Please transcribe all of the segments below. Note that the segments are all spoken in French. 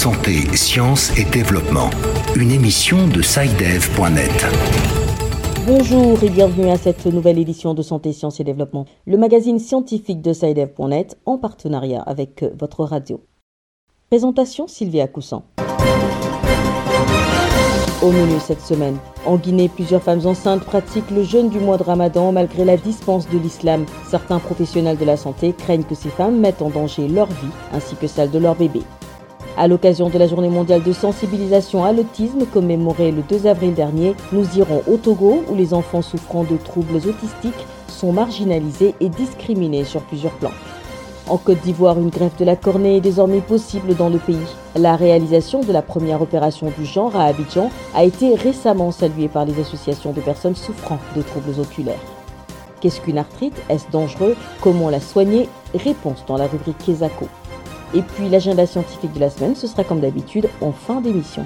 Santé, sciences et développement. Une émission de SciDev.net. Bonjour et bienvenue à cette nouvelle édition de Santé, sciences et développement, le magazine scientifique de SciDev.net en partenariat avec votre radio. Présentation Sylvia Coussant. Au menu cette semaine, en Guinée, plusieurs femmes enceintes pratiquent le jeûne du mois de Ramadan malgré la dispense de l'islam. Certains professionnels de la santé craignent que ces femmes mettent en danger leur vie ainsi que celle de leur bébé. À l'occasion de la journée mondiale de sensibilisation à l'autisme commémorée le 2 avril dernier, nous irons au Togo où les enfants souffrant de troubles autistiques sont marginalisés et discriminés sur plusieurs plans. En Côte d'Ivoire, une greffe de la cornée est désormais possible dans le pays. La réalisation de la première opération du genre à Abidjan a été récemment saluée par les associations de personnes souffrant de troubles oculaires. Qu'est-ce qu'une arthrite ? Est-ce dangereux ? Comment la soigner ? Réponse dans la rubrique Kesako. Et puis l'agenda scientifique de la semaine, ce sera comme d'habitude en fin d'émission.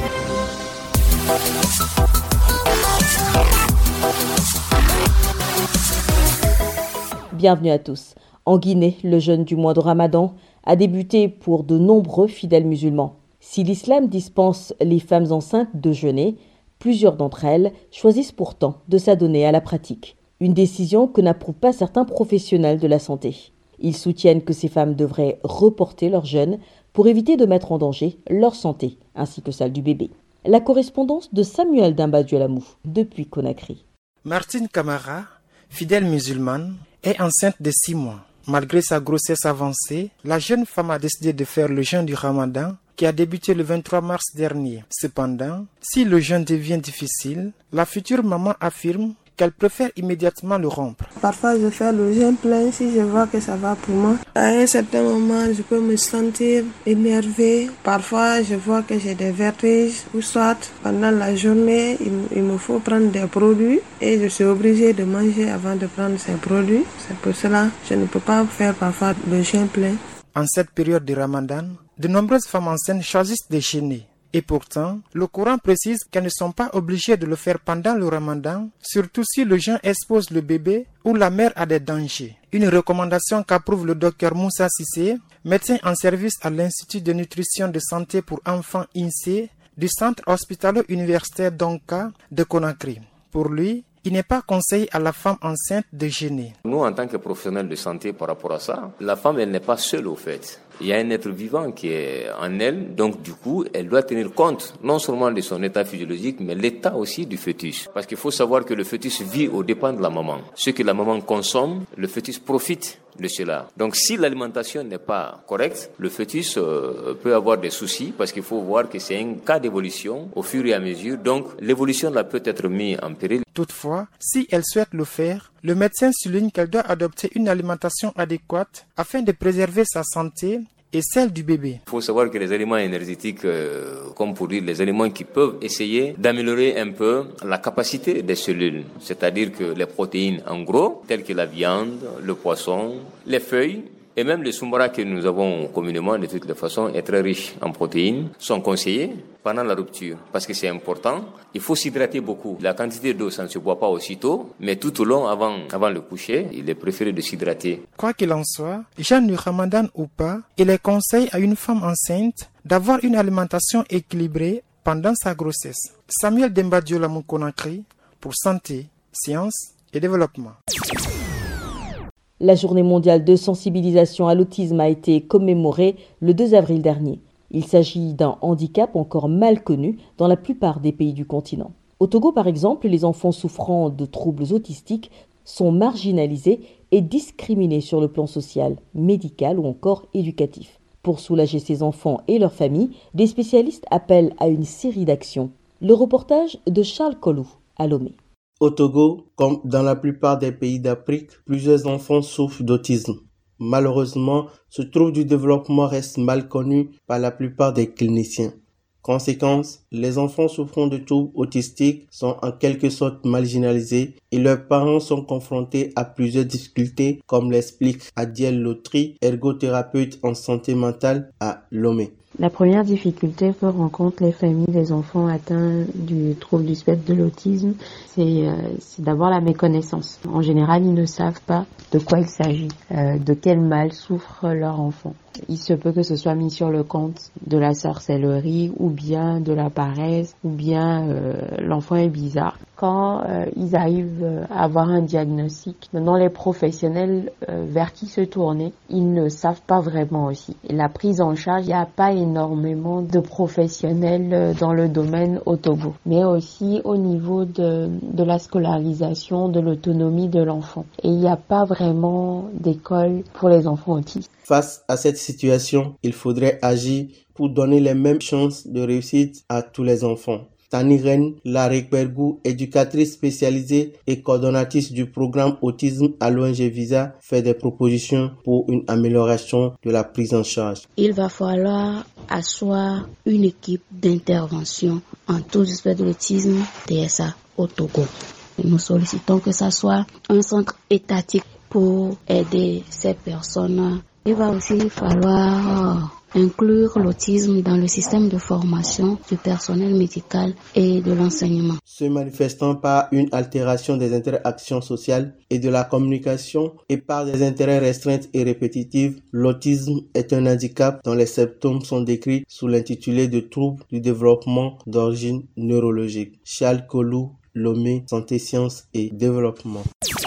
Bienvenue à tous. En Guinée, le jeûne du mois de Ramadan a débuté pour de nombreux fidèles musulmans. Si l'islam dispense les femmes enceintes de jeûner, plusieurs d'entre elles choisissent pourtant de s'adonner à la pratique. Une décision que n'approuvent pas certains professionnels de la santé. Ils soutiennent que ces femmes devraient reporter leur jeûne pour éviter de mettre en danger leur santé ainsi que celle du bébé. La correspondance de Samuel Dimba-Dualamou depuis Conakry. Martine Camara, fidèle musulmane, est enceinte de 6 mois. Malgré sa grossesse avancée, la jeune femme a décidé de faire le jeûne du Ramadan qui a débuté le 23 mars dernier. Cependant, si le jeûne devient difficile, la future maman affirme qu'elle préfère immédiatement le rompre. Parfois, je fais le jeûne plein si je vois que ça va pour moi. À un certain moment, je peux me sentir énervée. Parfois, je vois que j'ai des vertiges ou soit pendant la journée, il me faut prendre des produits et je suis obligée de manger avant de prendre ces produits. C'est pour cela que je ne peux pas faire parfois le jeûne plein. En cette période de Ramadan, de nombreuses femmes enceintes choisissent de jeûner. Et pourtant, le Coran précise qu'elles ne sont pas obligées de le faire pendant le Ramadan, surtout si le jeûne expose le bébé ou la mère à des dangers. Une recommandation qu'approuve le docteur Moussa Sissé, médecin en service à l'Institut de nutrition de santé pour enfants INSEE du centre hospitalo-universitaire d'Onka de Conakry. Pour lui, il n'est pas conseillé à la femme enceinte de jeûner. Nous, en tant que professionnels de santé par rapport à ça, la femme, elle n'est pas seule au fait. Il y a un être vivant qui est en elle, donc du coup, elle doit tenir compte non seulement de son état physiologique, mais l'état aussi du fœtus. Parce qu'il faut savoir que le fœtus vit aux dépens de la maman. Ce que la maman consomme, le fœtus profite de cela. Donc si l'alimentation n'est pas correcte, le fœtus peut avoir des soucis parce qu'il faut voir que c'est un cas d'évolution au fur et à mesure. Donc l'évolution là peut être mise en péril. Toutefois, si elle souhaite le faire, le médecin souligne qu'elle doit adopter une alimentation adéquate afin de préserver sa santé et celle du bébé. Il faut savoir que les aliments énergétiques, comme pour dire les aliments qui peuvent essayer d'améliorer un peu la capacité des cellules, c'est-à-dire que les protéines en gros, telles que la viande, le poisson, les feuilles, et même les soumara que nous avons communément de toutes les façons est très riche en protéines, sont conseillés pendant la rupture parce que c'est important. Il faut s'hydrater beaucoup. La quantité d'eau, ça ne se boit pas aussitôt, mais tout au long, avant le coucher, il est préféré de s'hydrater. Quoi qu'il en soit, jeûne du Ramadan ou pas, il est conseillé à une femme enceinte d'avoir une alimentation équilibrée pendant sa grossesse. Samuel Dimba-Dualamou Conakry pour Santé, Sciences et Développement. La journée mondiale de sensibilisation à l'autisme a été commémorée le 2 avril dernier. Il s'agit d'un handicap encore mal connu dans la plupart des pays du continent. Au Togo, par exemple, les enfants souffrant de troubles autistiques sont marginalisés et discriminés sur le plan social, médical ou encore éducatif. Pour soulager ces enfants et leurs familles, des spécialistes appellent à une série d'actions. Le reportage de Charles Kolou à Lomé. Au Togo, comme dans la plupart des pays d'Afrique, plusieurs enfants souffrent d'autisme. Malheureusement, ce trouble du développement reste mal connu par la plupart des cliniciens. Conséquence, les enfants souffrant de troubles autistiques sont en quelque sorte marginalisés et leurs parents sont confrontés à plusieurs difficultés, comme l'explique Adiel Lotri, ergothérapeute en santé mentale à Lomé. La première difficulté que rencontrent les familles des enfants atteints du trouble du spectre de l'autisme, c'est d'abord la méconnaissance. En général, ils ne savent pas de quoi il s'agit, de quel mal souffre leur enfant. Il se peut que ce soit mis sur le compte de la sorcellerie ou bien de la paresse ou bien l'enfant est bizarre. Quand ils arrivent à avoir un diagnostic, maintenant les professionnels vers qui se tourner, ils ne savent pas vraiment aussi. Et la prise en charge, il n'y a pas énormément de professionnels dans le domaine au Togo, mais aussi au niveau de la scolarisation, de l'autonomie de l'enfant. Et il n'y a pas vraiment d'école pour les enfants autistes. Face à cette situation, il faudrait agir pour donner les mêmes chances de réussite à tous les enfants. Taniren Larekbergou, éducatrice spécialisée et coordonnatrice du programme Autisme à l'ONG Visa, fait des propositions pour une amélioration de la prise en charge. Il va falloir asseoir une équipe d'intervention en trouble du spectre de l'autisme TSA au Togo. Nous sollicitons que ça soit un centre étatique pour aider ces personnes. Il va aussi falloir inclure l'autisme dans le système de formation du personnel médical et de l'enseignement. Se manifestant par une altération des interactions sociales et de la communication et par des intérêts restreints et répétitifs, l'autisme est un handicap dont les symptômes sont décrits sous l'intitulé de troubles du développement d'origine neurologique. Charles Kolou, Lomé, Santé, Sciences et Développement.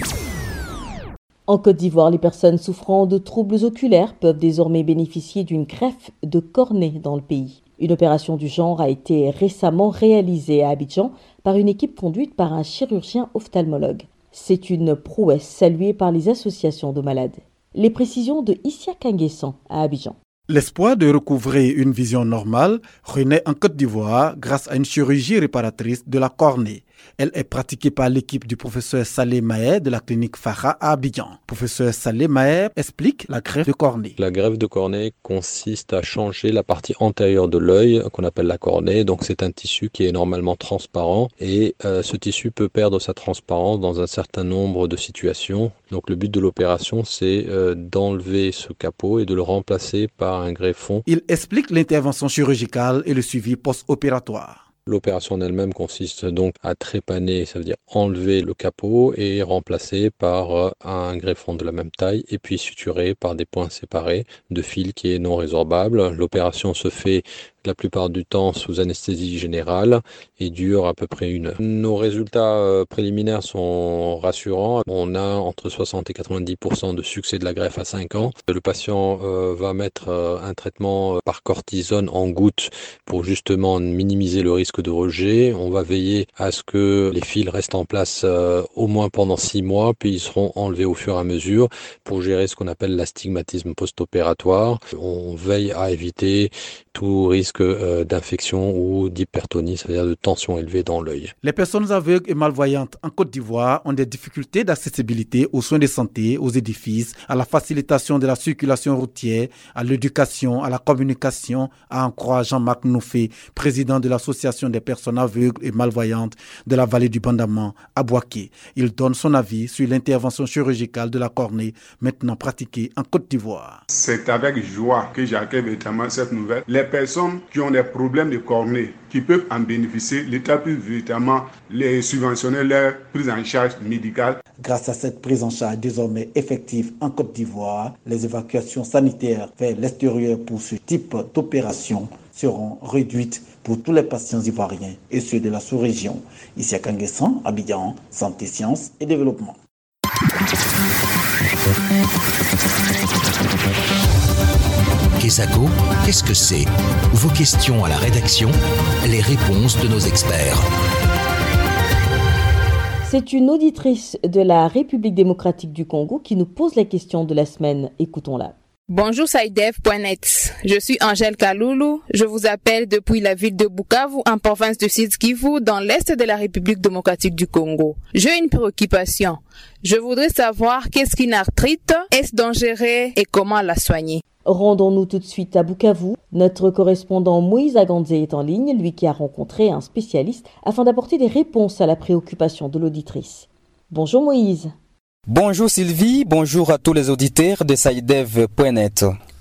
En Côte d'Ivoire, les personnes souffrant de troubles oculaires peuvent désormais bénéficier d'une greffe de cornée dans le pays. Une opération du genre a été récemment réalisée à Abidjan par une équipe conduite par un chirurgien ophtalmologue. C'est une prouesse saluée par les associations de malades. Les précisions de Issia Kanguessan à Abidjan. L'espoir de recouvrer une vision normale renaît en Côte d'Ivoire grâce à une chirurgie réparatrice de la cornée. Elle est pratiquée par l'équipe du professeur Saleh Maher de la clinique Farah à Abidjan. Professeur Saleh Maher explique la greffe de cornée. La greffe de cornée consiste à changer la partie antérieure de l'œil qu'on appelle la cornée. Donc c'est un tissu qui est normalement transparent et ce tissu peut perdre sa transparence dans un certain nombre de situations. Donc le but de l'opération c'est d'enlever ce capot et de le remplacer par un greffon. Il explique l'intervention chirurgicale et le suivi post-opératoire. L'opération en elle-même consiste donc à trépaner, ça veut dire enlever le capot et remplacer par un greffon de la même taille et puis suturer par des points séparés de fil qui est non résorbable. L'opération se fait la plupart du temps sous anesthésie générale et dure à peu près 1 heure. Nos résultats préliminaires sont rassurants. On a entre 60 et 90% de succès de la greffe à 5 ans. Le patient va mettre un traitement par cortisone en gouttes pour justement minimiser le risque de rejet. On va veiller à ce que les fils restent en place au moins pendant 6 mois, puis ils seront enlevés au fur et à mesure pour gérer ce qu'on appelle l'astigmatisme post-opératoire. On veille à éviter tout risque d'infection ou d'hypertonie, c'est-à-dire de tension élevée dans l'œil. Les personnes aveugles et malvoyantes en Côte d'Ivoire ont des difficultés d'accessibilité aux soins de santé, aux édifices, à la facilitation de la circulation routière, à l'éducation, à la communication, a en croire Jean-Marc Noufé, président de l'association des personnes aveugles et malvoyantes de la vallée du Bandama à Bouaké. Il donne son avis sur l'intervention chirurgicale de la cornée maintenant pratiquée en Côte d'Ivoire. C'est avec joie que j'accueille véritablement cette nouvelle. Les personnes qui ont des problèmes de cornée, qui peuvent en bénéficier, l'État peut véritablement les subventionner leur prise en charge médicale. Grâce à cette prise en charge désormais effective en Côte d'Ivoire, les évacuations sanitaires vers l'extérieur pour ce type d'opération seront réduites pour tous les patients ivoiriens et ceux de la sous-région. Ici à Kanguessan, Abidjan, Santé, Sciences et Développement. Kesako, qu'est-ce que c'est? Vos questions à la rédaction, les réponses de nos experts. C'est une auditrice de la République démocratique du Congo qui nous pose la question de la semaine. Écoutons-la. Bonjour SciDev.net, je suis Angèle Kaloulou, je vous appelle depuis la ville de Bukavu en province de Sud-Kivu dans l'est de la République démocratique du Congo. J'ai une préoccupation, je voudrais savoir qu'est-ce qu'une arthrite, est-ce dangereux et comment la soigner. Rendons-nous tout de suite à Bukavu. Notre correspondant Moïse Agandze est en ligne, lui qui a rencontré un spécialiste afin d'apporter des réponses à la préoccupation de l'auditrice. Bonjour Moïse. Bonjour Sylvie, bonjour à tous les auditeurs de SciDev.net.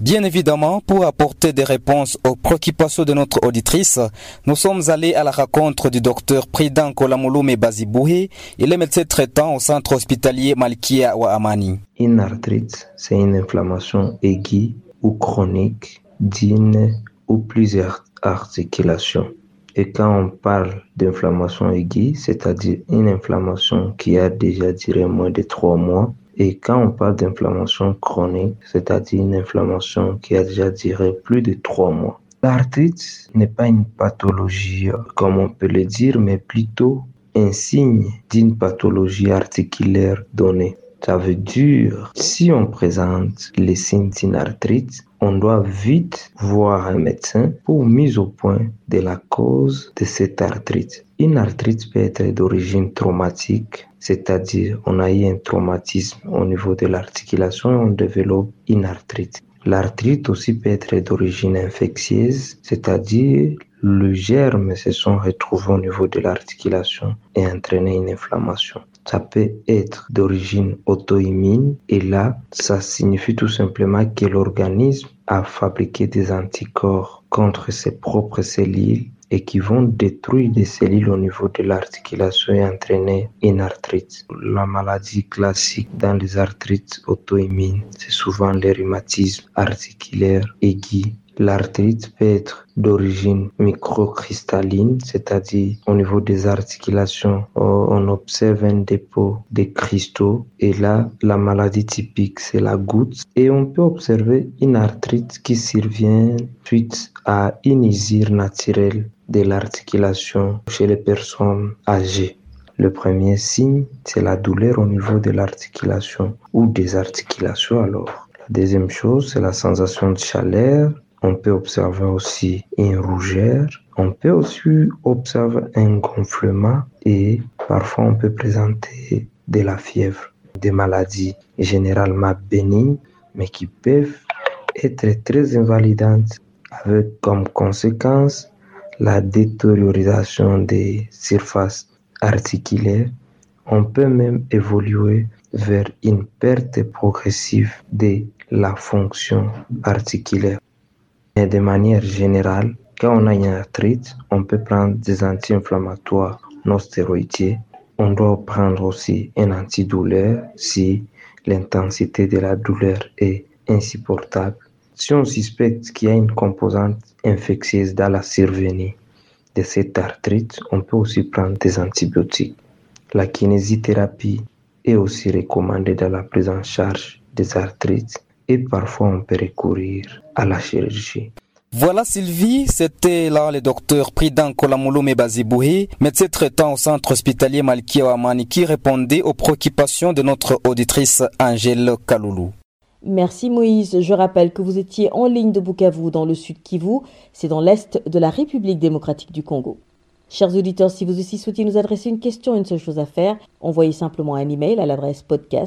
Bien évidemment, pour apporter des réponses aux préoccupations de notre auditrice, nous sommes allés à la rencontre du docteur Pridan Kolamolume Baziboué. Il est médecin traitant au centre hospitalier Malkia Waamani. Une arthrite, c'est une inflammation aiguë ou chronique d'une ou plusieurs articulations. Et quand on parle d'inflammation aiguë, c'est-à-dire une inflammation qui a déjà duré moins de 3 mois, et quand on parle d'inflammation chronique, c'est-à-dire une inflammation qui a déjà duré plus de 3 mois. L'arthrite n'est pas une pathologie, comme on peut le dire, mais plutôt un signe d'une pathologie articulaire donnée. Ça veut dire, si on présente les signes d'une arthrite, on doit vite voir un médecin pour mise au point de la cause de cette arthrite. Une arthrite peut être d'origine traumatique, c'est-à-dire on a eu un traumatisme au niveau de l'articulation et on développe une arthrite. L'arthrite aussi peut être d'origine infectieuse, c'est-à-dire le germe se sont retrouvés au niveau de l'articulation et entraîner une inflammation. Ça peut être d'origine auto-immune et là, ça signifie tout simplement que l'organisme a fabriqué des anticorps contre ses propres cellules et qui vont détruire des cellules au niveau de l'articulation et entraîner une arthrite. La maladie classique dans les arthrites auto-immunes, c'est souvent les rhumatismes articulaires aigus. L'arthrite peut être d'origine microcristalline, c'est-à-dire au niveau des articulations, on observe un dépôt de cristaux et là, la maladie typique, c'est la goutte. Et on peut observer une arthrite qui survient suite à une usure naturelle de l'articulation chez les personnes âgées. Le premier signe, c'est la douleur au niveau de l'articulation ou des articulations alors. La deuxième chose, c'est la sensation de chaleur. On peut observer aussi une rougeur. On peut aussi observer un gonflement et parfois on peut présenter de la fièvre. Des maladies généralement bénignes mais qui peuvent être très invalidantes avec comme conséquence la détérioration des surfaces articulaires. On peut même évoluer vers une perte progressive de la fonction articulaire. Et de manière générale, quand on a une arthrite, on peut prendre des anti-inflammatoires non stéroïdiens. On doit prendre aussi un antidouleur si l'intensité de la douleur est insupportable. Si on suspecte qu'il y a une composante infectieuse dans la survenue de cette arthrite, on peut aussi prendre des antibiotiques. La kinésithérapie est aussi recommandée dans la prise en charge des arthrites et parfois on peut recourir à la chirurgie. Voilà Sylvie, c'était là le docteur Pridan Kolamolume Baziboué, médecin traitant au centre hospitalier Malkia Waamani qui répondait aux préoccupations de notre auditrice Angèle Kaloulou. Merci Moïse. Je rappelle que vous étiez en ligne de Bukavu dans le sud Kivu, c'est dans l'est de la République démocratique du Congo. Chers auditeurs, si vous aussi souhaitez nous adresser une question, une seule chose à faire, envoyez simplement un email à l'adresse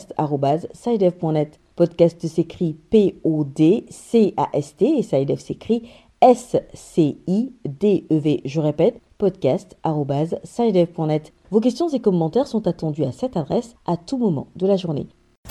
podcast@sidev.net. Podcast s'écrit P-O-D-C-A-S-T et SciDev s'écrit S-C-I-D-E-V. Je répète, podcast@sidev.net. Vos questions et commentaires sont attendus à cette adresse à tout moment de la journée.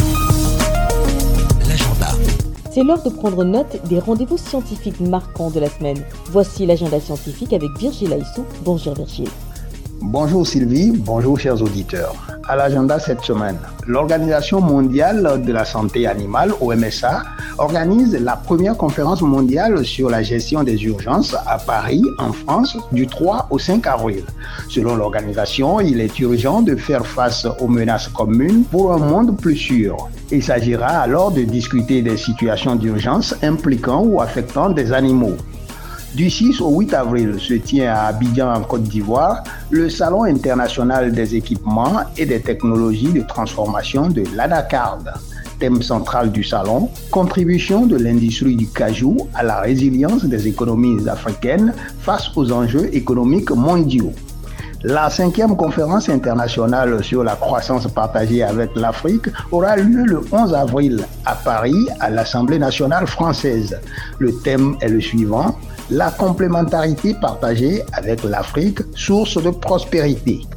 L'agenda. C'est l'heure de prendre note des rendez-vous scientifiques marquants de la semaine. Voici l'agenda scientifique avec Virgile Aissou. Bonjour Virgile. Bonjour Sylvie, bonjour chers auditeurs. À l'agenda cette semaine, l'Organisation mondiale de la santé animale, OMSA, organise la première conférence mondiale sur la gestion des urgences à Paris, en France, du 3 au 5 avril. Selon l'organisation, il est urgent de faire face aux menaces communes pour un monde plus sûr. Il s'agira alors de discuter des situations d'urgence impliquant ou affectant des animaux. Du 6 au 8 avril se tient à Abidjan en Côte d'Ivoire le Salon international des équipements et des technologies de transformation de l'Anacard. Thème central du salon, contribution de l'industrie du cajou à la résilience des économies africaines face aux enjeux économiques mondiaux. La 5e conférence internationale sur la croissance partagée avec l'Afrique aura lieu le 11 avril à Paris à l'Assemblée nationale française. Le thème est le suivant: la complémentarité partagée avec l'Afrique, source de prospérité.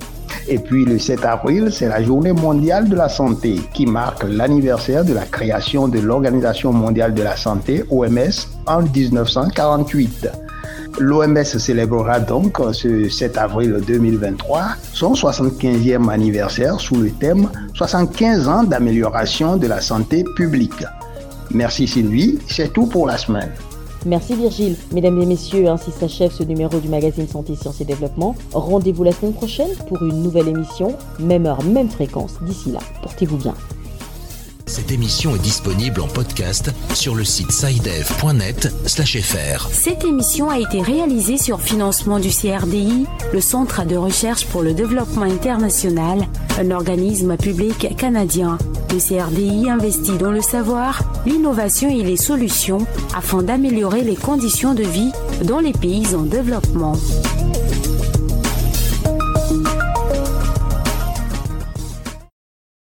Et puis le 7 avril, c'est la journée mondiale de la santé qui marque l'anniversaire de la création de l'Organisation mondiale de la santé, OMS, en 1948. L'OMS célébrera donc ce 7 avril 2023 son 75e anniversaire sous le thème 75 ans d'amélioration de la santé publique. Merci Sylvie, c'est tout pour la semaine. Merci Virgile. Mesdames et messieurs, ainsi s'achève ce numéro du magazine Santé, Sciences et Développement. Rendez-vous la semaine prochaine pour une nouvelle émission, même heure, même fréquence. D'ici là, portez-vous bien. Cette émission est disponible en podcast sur le site scidev.net/fr. Cette émission a été réalisée sur financement du CRDI, le Centre de recherche pour le développement international, un organisme public canadien. Le CRDI investit dans le savoir, l'innovation et les solutions afin d'améliorer les conditions de vie dans les pays en développement.